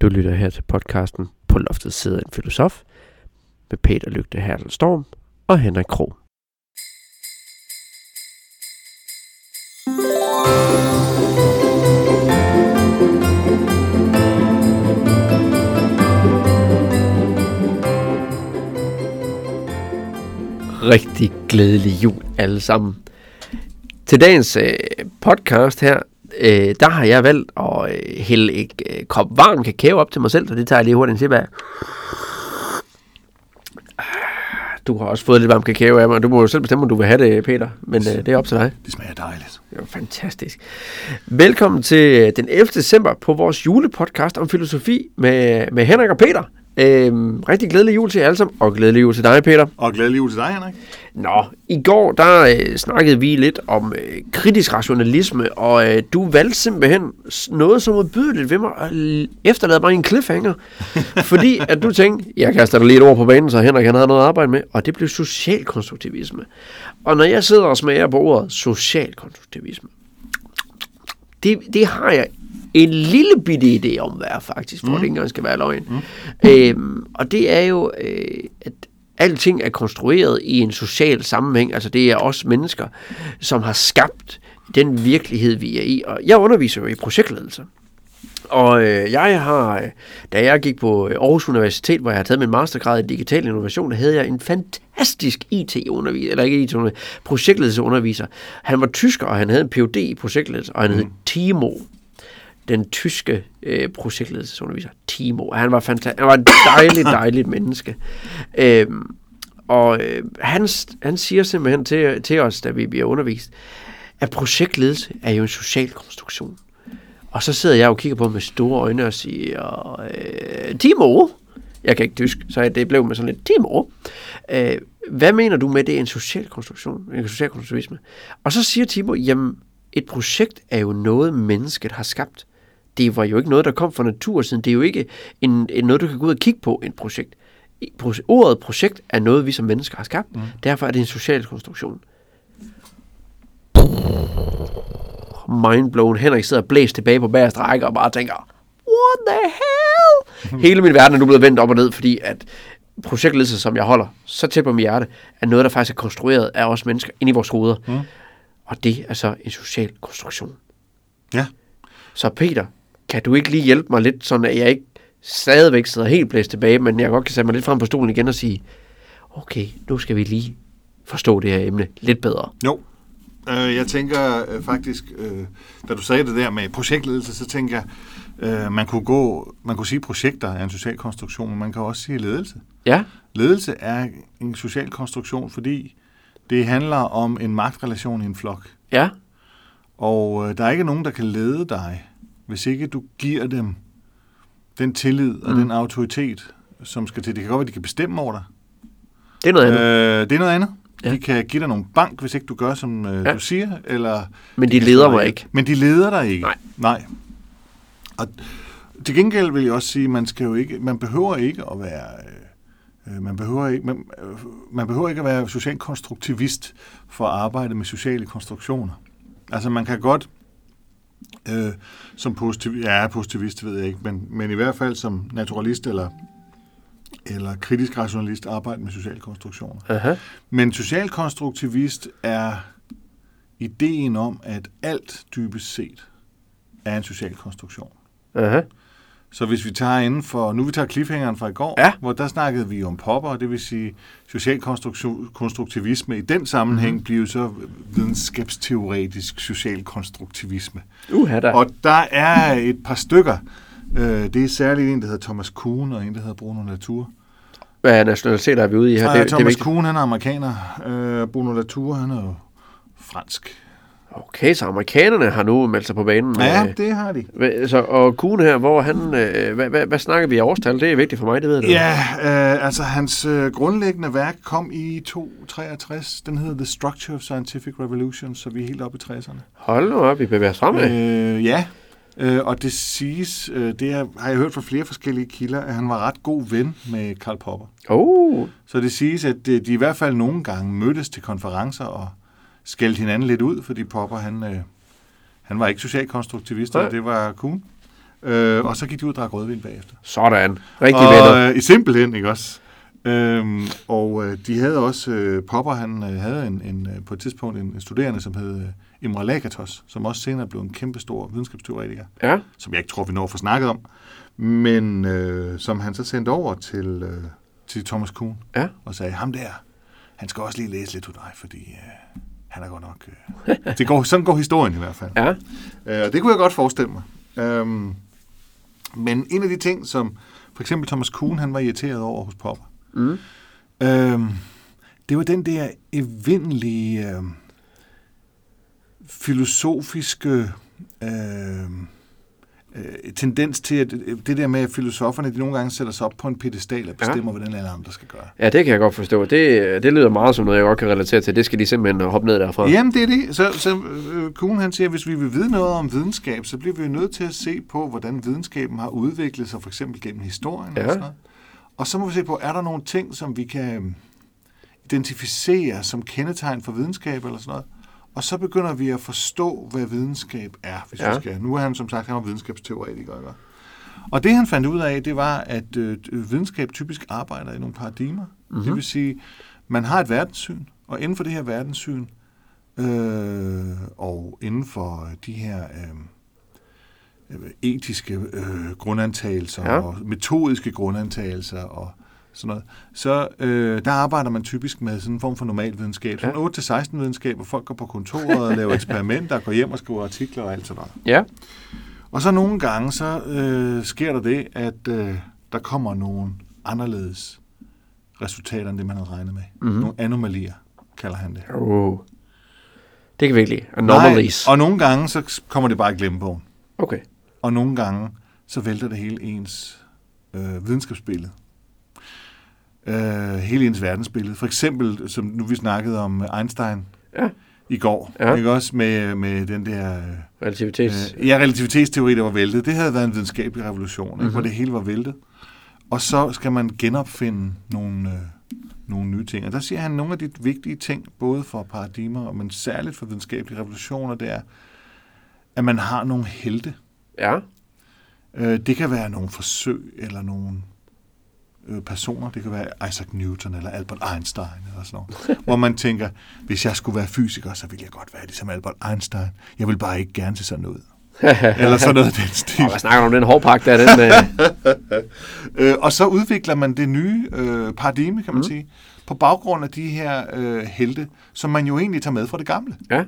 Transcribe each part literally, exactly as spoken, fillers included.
Du lytter her til podcasten På loftet sidder en filosof med Peter Lygte Hertel Storm og Henrik Krog. Rigtig glædelig jul alle sammen. Til dagens øh, podcast her, øh, der har jeg valgt at øh, hælde et øh, kop varm kakao op til mig selv, så det tager jeg lige hurtigt en sip af. Du har også fået lidt varm kakao af mig, du må jo selv bestemme, om du vil have det, Peter, men øh, det er op til dig. Det smager dejligt. Det var fantastisk. Velkommen til den ellevte december på vores julepodcast om filosofi med, med Henrik og Peter. Øhm, rigtig glædelig jul til jer alle sammen, og glædelig jul til dig, Peter. Og glædelig jul til dig, Henrik. Nå, i går der øh, snakkede vi lidt om øh, kritisk rationalisme, og øh, du valgte simpelthen noget så modbydeligt ved mig at efterlade mig en cliffhanger, fordi at du tænkte, jeg kaster dig lige et ord på banen, så Henrik han havde noget at arbejde med, og det blev socialkonstruktivisme. Og når jeg sidder og smager på ordet socialkonstruktivisme, det, det har jeg en lille bitte idé om, hvad er faktisk, for mm. det ikke engang skal være løgn. Mm. Øhm, og det er jo, øh, at alting er konstrueret i en social sammenhæng. Altså det er os mennesker, som har skabt den virkelighed, vi er i. Og jeg underviser jo i projektledelse. Og øh, jeg har, da jeg gik på Aarhus Universitet, hvor jeg har taget min mastergrad i digital innovation, der havde jeg en fantastisk I T-underviser, eller ikke I T-underviser, projektledelsesunderviser. Han var tysker, og han havde en P H D i projektledelse, og han mm. hed Timo. Den tyske øh, projektledelsesunderviser, Timo. Han var fantastisk. Han var et dejligt, dejligt menneske. Øhm, og øh, han, han siger simpelthen til, til os, da vi bliver undervist, at projektledelse er jo en social konstruktion. Og så sidder jeg og kigger på ham med store øjne og siger, øh, Timo, jeg kan ikke tysk, så det blev med sådan lidt, Timo, øh, hvad mener du med, det er en social konstruktion, en social konstruktivisme? Og så siger Timo, jamen, et projekt er jo noget, mennesket har skabt. Det var jo ikke noget, der kom fra natursiden. Det er jo ikke en, en noget, du kan gå ud og kigge på, et projekt. Ordet projekt er noget, vi som mennesker har skabt. Mm. Derfor er det en social konstruktion. Mindblown. Henrik sidder og blæser tilbage på bagerste række og bare tænker, what the hell? Hele min verden er nu blevet vendt op og ned, fordi at projektledelse, som jeg holder så tæt på mit hjerte, er noget, der faktisk er konstrueret af os mennesker inde i vores hoveder. Mm. Og det er så en social konstruktion. Ja. Så Peter, kan du ikke lige hjælpe mig lidt, sådan at jeg ikke stadigvæk sidder helt blæst tilbage, men jeg godt kan sætte mig lidt frem på stolen igen og sige, okay, nu skal vi lige forstå det her emne lidt bedre. Jo, øh, jeg tænker øh, faktisk, øh, da du sagde det der med projektledelse, så tænker jeg, øh, man kunne gå, man kunne sige, projekter er en social konstruktion, men man kan også sige ledelse. Ja. Ledelse er en social konstruktion, fordi det handler om en magtrelation i en flok. Ja. Og øh, der er ikke nogen, der kan lede dig, hvis ikke du giver dem den tillid og mm. den autoritet, som skal til. Det kan godt være, de kan bestemme over dig. Det er noget andet. Øh, det er noget andet. Ja. De kan give dig nogle bank, hvis ikke du gør, som øh, ja. du siger. Eller, Men de leder mig ikke. Men de leder dig ikke. Nej. Nej. Og til gengæld vil jeg også sige, man skal jo ikke, man behøver ikke at være... Øh, Man behøver, ikke, man, man behøver ikke at være socialkonstruktivist for at arbejde med sociale konstruktioner. Altså man kan godt, øh, som positiv, ja, positivist ved jeg ikke, men, men i hvert fald som naturalist eller, eller kritisk rationalist arbejde med sociale konstruktioner. Uh-huh. Men socialkonstruktivist er ideen om, at alt dybest set er en social konstruktion. Uh-huh. Så hvis vi tager inden for, nu vi tager cliffhangeren fra i går, ja. hvor der snakkede vi om Popper, det vil sige socialkonstruktivisme. I den sammenhæng mm-hmm. bliver så videnskabsteoretisk socialkonstruktivisme. Uh, der. Og der er et par stykker. Det er særligt en, der hedder Thomas Kuhn, og en, der hedder Bruno Latour. Hvad nationalitet er vi ude i her? Ja, det, Thomas det er Kuhn, han er amerikaner. Bruno Latour, han er jo fransk. Okay, så amerikanerne har nu meldt sig på banen. Ja, det har de. Så, og Kuhn her, hvor han, øh, hvad, hvad, hvad snakker vi i årstal? Det er vigtigt for mig, det ved du. Ja, øh, altså hans øh, grundlæggende værk kom i to treogtres. Den hedder The Structure of Scientific Revolution, så vi er helt oppe i tresserne. Hold nu op, vi bevæger os fremad. Øh, ja, øh, og det siges, øh, det er, har jeg hørt fra flere forskellige kilder, at han var ret god ven med Karl Popper. Oh. Så det siges, at de i hvert fald nogle gange mødtes til konferencer og skældte hinanden lidt ud, fordi Popper, han, øh, han var ikke socialkonstruktivist, og det var Kuhn. Øh, og så gik de ud og drak rødvin bagefter. Sådan. Rigtig og, venner. Øh, i simpelthen, ikke også? Øhm, og øh, de havde også, øh, Popper, han øh, havde en, en, på et tidspunkt en, en studerende, som hed øh, Imre Lakatos, som også senere blev en kæmpe stor videnskabsteoretiker, ja. som jeg ikke tror, vi når at få snakket om, men øh, som han så sendte over til, øh, til Thomas Kuhn, ja. og sagde, ham der, han skal også lige læse lidt ud af dig, fordi øh, han er godt nok... Øh, det går, sådan går historien i hvert fald. Ja. Øh, det kunne jeg godt forestille mig. Øhm, men en af de ting, som for eksempel Thomas Kuhn, han var irriteret over hos Popper, Mm. Øhm, det var den der evindelige øh, filosofiske øh, øh, tendens til, at det der med, at filosoferne de nogle gange sætter sig op på en pedestal og bestemmer, ja. hvordan alle andre skal gøre. Ja, det kan jeg godt forstå. Det, det lyder meget som noget, jeg godt kan relatere til. Det skal de simpelthen hoppe ned derfra. Jamen, det er det. Så, så øh, Kuhn, han siger, at hvis vi vil vide noget om videnskab, så bliver vi nødt til at se på, hvordan videnskaben har udviklet sig, for eksempel gennem historien. Ja. Og sådan noget. Og så må vi se på, er der nogle ting, som vi kan identificere som kendetegn for videnskab eller sådan noget. Og så begynder vi at forstå, hvad videnskab er, hvis ja. vi skal. Nu er han som sagt, han var videnskabsteoretiker. Ikke? Og det han fandt ud af, det var, at øh, videnskab typisk arbejder i nogle paradigmer. Mm-hmm. Det vil sige, man har et verdenssyn, og inden for det her verdenssyn, øh, og inden for de her... Øh, etiske øh, grundantagelser ja. og metodiske grundantagelser og sådan noget, så øh, der arbejder man typisk med sådan en form for normalvidenskab. Sådan ja. otte til seksten videnskab, hvor folk går på kontoret og laver eksperimenter, går hjem og skriver artikler og alt sådan noget. Ja. Og så nogle gange, så øh, sker der det, at øh, der kommer nogle anderledes resultater, end det man havde regnet med. Mm-hmm. Nogle anomalier, kalder han det. Oh. Det kan virkelig. Anomalies. Nej, og nogle gange, så kommer det bare i glemmebogen. Okay. Og nogle gange, så vælter det hele ens øh, videnskabsbillede. Øh, hele ens verdensbillede. For eksempel, som nu vi snakkede om Einstein ja. i går, ja. ikke også med, med den der... Relativitets. Øh, ja, relativitetsteori, der var væltet. Det havde været en videnskabelig revolution, mm-hmm. ikke, hvor det hele var væltet. Og så skal man genopfinde nogle, øh, nogle nye ting. Og der siger han, nogle af de vigtige ting, både for paradigmer, men særligt for videnskabelige revolutioner, det er, at man har nogle helte. Ja. Øh, det kan være nogle forsøg, eller nogle øh, personer. Det kan være Isaac Newton, eller Albert Einstein, eller sådan noget. Hvor man tænker, hvis jeg skulle være fysiker, så ville jeg godt være ligesom Albert Einstein. Jeg vil bare ikke gerne til sådan ud. Eller sådan noget af den stil. Og hvad snakker du om den hårpakke der? Den, øh... øh, og så udvikler man det nye øh, paradigme, kan man mm. sige, på baggrund af de her øh, helte, som man jo egentlig tager med fra det gamle. Ja.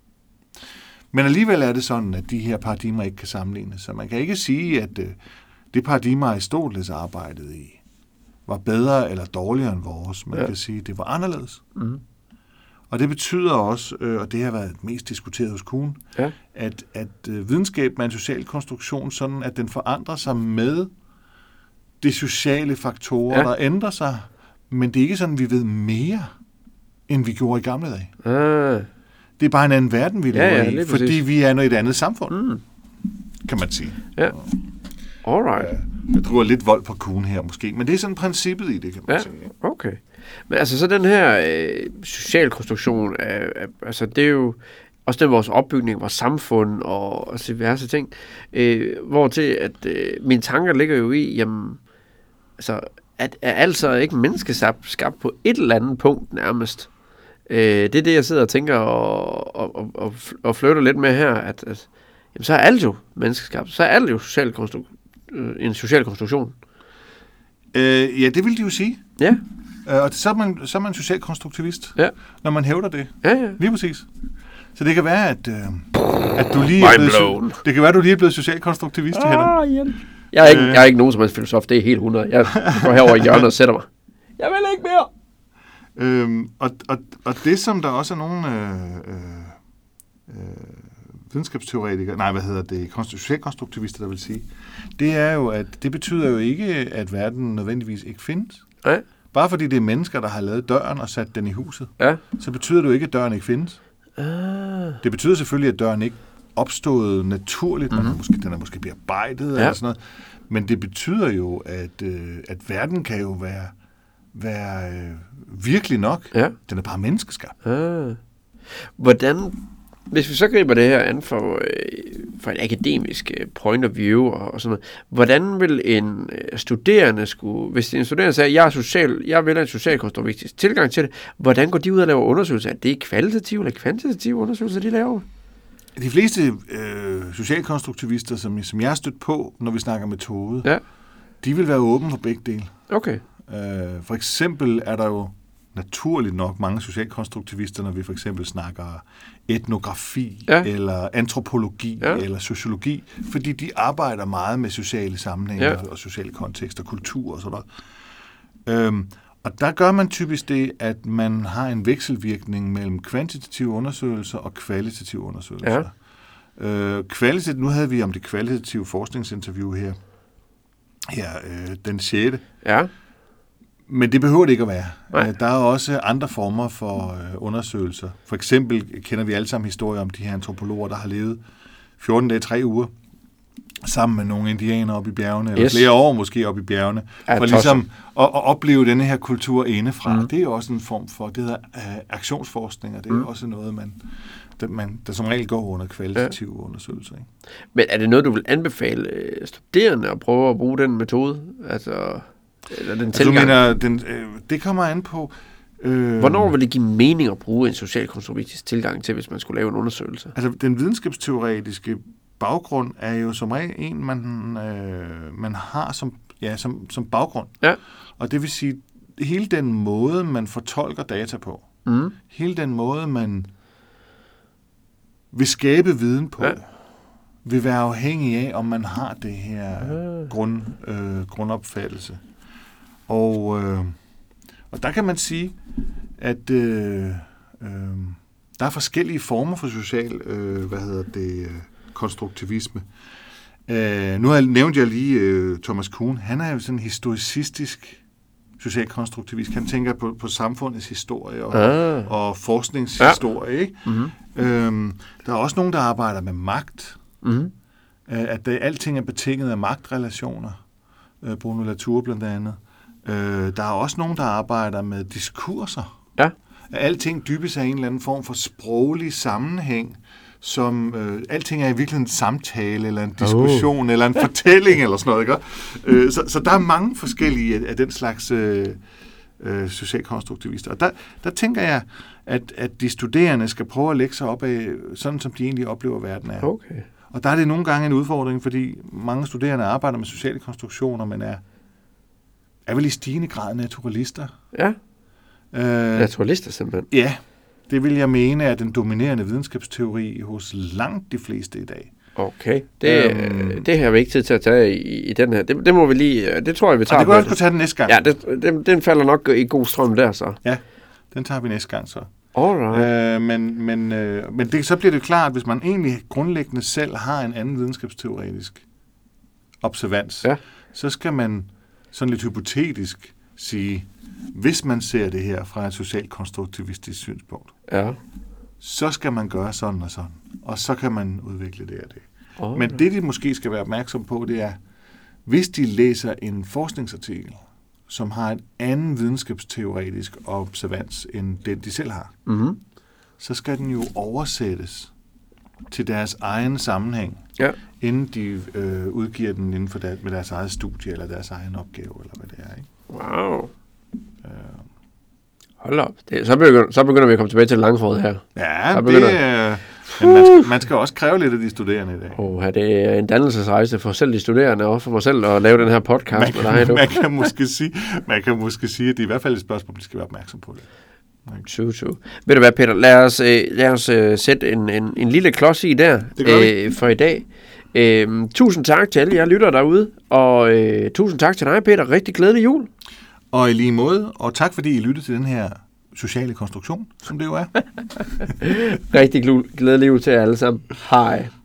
Men alligevel er det sådan, at de her paradigmer ikke kan sammenlignes. Så man kan ikke sige, at øh, det paradigme, Aristoteles arbejdede i, var bedre eller dårligere end vores. Man ja. kan sige, at det var anderledes. Mm. Og det betyder også, øh, og det har været mest diskuteret hos Kuhn, ja. at, at øh, videnskab er en social konstruktion, sådan at den forandrer sig med de sociale faktorer, ja. der ændrer sig. Men det er ikke sådan, at vi ved mere, end vi gjorde i gamle dage. Ah. Det er bare en anden verden, vi lever ja, ja, i, fordi præcis. vi er i et andet samfund, mm. kan man sige. Ja. Alright. Ja, jeg tror lidt vold på Kuhn her måske, men det er sådan princippet i det, kan man ja. sige. Okay. Men altså så den her øh, social konstruktion, øh, øh, altså det er jo også den vores opbygning, vores samfund og, og diverse ting, øh, hvor til at øh, mine tanker ligger jo i, jamen, altså, at er altså ikke menneskeskabt skabt på et eller andet punkt nærmest. Øh, det er det, jeg sidder og tænker og, og, og, og flytter lidt med her, at, at jamen, så er alt jo menneskeskabt, så er alt jo social konstru- øh, en social konstruktion. Øh, ja, det vil de jo sige. Ja. Og så er man, så er man social-konstruktivist, ja. når man hævder det. Ja, ja. Lige præcis. Så det kan være, at, øh, at du lige er blevet, det kan være, at du lige er blevet social-konstruktivist. Ah, ja. jeg, er ikke, øh. jeg er ikke nogen som helst filosof, det er helt hundrede. Jeg går herover i hjørnet og sætter mig. Jeg vil ikke mere! Øhm, og, og, og det, som der også er nogle øh, øh, videnskabsteoretikere, nej, hvad hedder det, socialkonstruktivister, der vil sige, det er jo, at det betyder jo ikke, at verden nødvendigvis ikke findes. Ja. Bare fordi det er mennesker, der har lavet døren og sat den i huset, ja. så betyder det jo ikke, at døren ikke findes. Ah. Det betyder selvfølgelig, at døren ikke opstået naturligt, mm-hmm. man er måske, den er måske bearbejdet ja. eller sådan noget, men det betyder jo, at, øh, at verden kan jo være, være øh, virkelig nok. Ja. Den er bare menneskeskabt. Ah. Hvordan Hvis vi så griber det her an for, øh, for en akademisk øh, point of view og, og sådan noget, hvordan vil en øh, studerende skulle, hvis en studerende siger, jeg er social, jeg vil have en socialkonstruktivistisk tilgang til det, hvordan går de ud og laver undersøgelser? Er det kvalitative eller kvantitative undersøgelser, de laver? De fleste øh, socialkonstruktivister, som, som jeg har stødt på, når vi snakker metode, ja. de vil være åbne for begge dele. Okay. Øh, for eksempel er der jo naturligt nok mange socialkonstruktivister, når vi for eksempel snakker etnografi, ja. eller antropologi, ja. eller sociologi, fordi de arbejder meget med sociale sammenhænge ja. og sociale kontekster, kultur og sådan noget. Øhm, og der gør man typisk det, at man har en vekselvirkning mellem kvantitative undersøgelser og kvalitative undersøgelser. Ja. Øh, kvalitativ, nu havde vi om det kvalitative forskningsinterview her, her øh, den sjette. Ja. Men det behøver det ikke at være. Nej. Der er også andre former for undersøgelser. For eksempel kender vi alle sammen historier om de her antropologer, der har levet fjorten dage, tre uger, sammen med nogle indianere oppe i bjergene, eller yes. flere år måske oppe i bjergene, ja, for ligesom at, at opleve denne her kultur indefra. Mm. Det er jo også en form for, det hedder uh, aktionsforskning, og det er mm. også noget, man, der, man, der som regel går under kvalitative ja. undersøgelser. Ikke? Men er det noget, du vil anbefale studerende at prøve at bruge den metode? Altså... Eller den altså, du mener, den, øh, det kommer an på... Øh, Hvornår vil det give mening at bruge en socialkonstruktivistisk tilgang til, hvis man skulle lave en undersøgelse? Altså, den videnskabsteoretiske baggrund er jo som regel en, man, øh, man har som, ja, som, som baggrund. Ja. Og det vil sige, hele den måde, man fortolker data på, mm. hele den måde, man vil skabe viden på, ja. vil være afhængig af, om man har det her ja. grund, øh, grundopfattelse. Og, øh, og der kan man sige, at øh, øh, der er forskellige former for social, øh, hvad hedder det, øh, konstruktivisme. Øh, nu har jeg, nævnt jeg lige øh, Thomas Kuhn. Han er jo sådan en historicistisk socialkonstruktivist. Han tænker på, på samfundets historie og, ah. og forskningshistorie. Ja. Ikke? Mm-hmm. Øh, der er også nogen, der arbejder med magt. Mm-hmm. At det, alting er betinget af magtrelationer. Øh, Bruno Latour blandt andet. Øh, der er også nogen, der arbejder med diskurser. Ja. Alting dybest af en eller anden form for sproglig sammenhæng, som øh, alting er i virkeligheden en samtale, eller en diskussion, oh. eller en fortælling, eller sådan noget. Ikke? Øh, så, så der er mange forskellige af, af den slags øh, øh, socialkonstruktivister. Og der, der tænker jeg, at, at de studerende skal prøve at lægge sig op af, sådan som de egentlig oplever, verden er. Okay. Og der er det nogle gange en udfordring, fordi mange studerende arbejder med sociale konstruktioner, men er er vel i stigende grad naturalister. Ja, øh, naturalister simpelthen. Ja, det vil jeg mene er den dominerende videnskabsteori hos langt de fleste i dag. Okay, det, øhm, det har vi ikke tid til at tage i, i den her. Det, det må vi lige, det tror jeg, vi tager. Det kan også kunne tage den næste gang. Ja, det, den, den falder nok i god strøm der så. Ja, den tager vi næste gang så. Alright. Øh, men men, øh, men det, så bliver det klart, hvis man egentlig grundlæggende selv har en anden videnskabsteoretisk observans, ja. så skal man sådan lidt hypotetisk sige, hvis man ser det her fra et socialkonstruktivistisk synspunkt, ja. så skal man gøre sådan og sådan, og så kan man udvikle det og det. Oh, Men det, de måske skal være opmærksom på, det er, hvis de læser en forskningsartikel, som har en anden videnskabsteoretisk observans, end den, de selv har, mm-hmm. så skal den jo oversættes til deres egen sammenhæng, ja. inden de øh, udgiver den inden for der, med deres eget studie, eller deres egen opgave, eller hvad det er. Ikke? Wow. Øh. Hold op. Det, så, begynder, så begynder vi at komme tilbage til langforret her. Ja, begynder... det er... Men man skal, man skal også kræve lidt af de studerende i dag. Oh, det er en dannelsesrejse for selv de studerende, og for mig selv at lave den her podcast man kan, med dig. Man kan, måske sige, man kan måske sige, at det er i hvert fald et spørgsmål, de skal være opmærksom på det. True, true. Ved du hvad, Peter? Lad os, øh, lad os øh, sætte en, en, en lille klods i der øh, for i dag. Øh, tusind tak til alle jer lytter derude, og øh, tusind tak til dig, Peter. Rigtig glædelig jul. Og i lige måde, og tak fordi I lyttede til den her sociale konstruktion, som det jo er. Rigtig glædelig jul til jer alle sammen. Hej.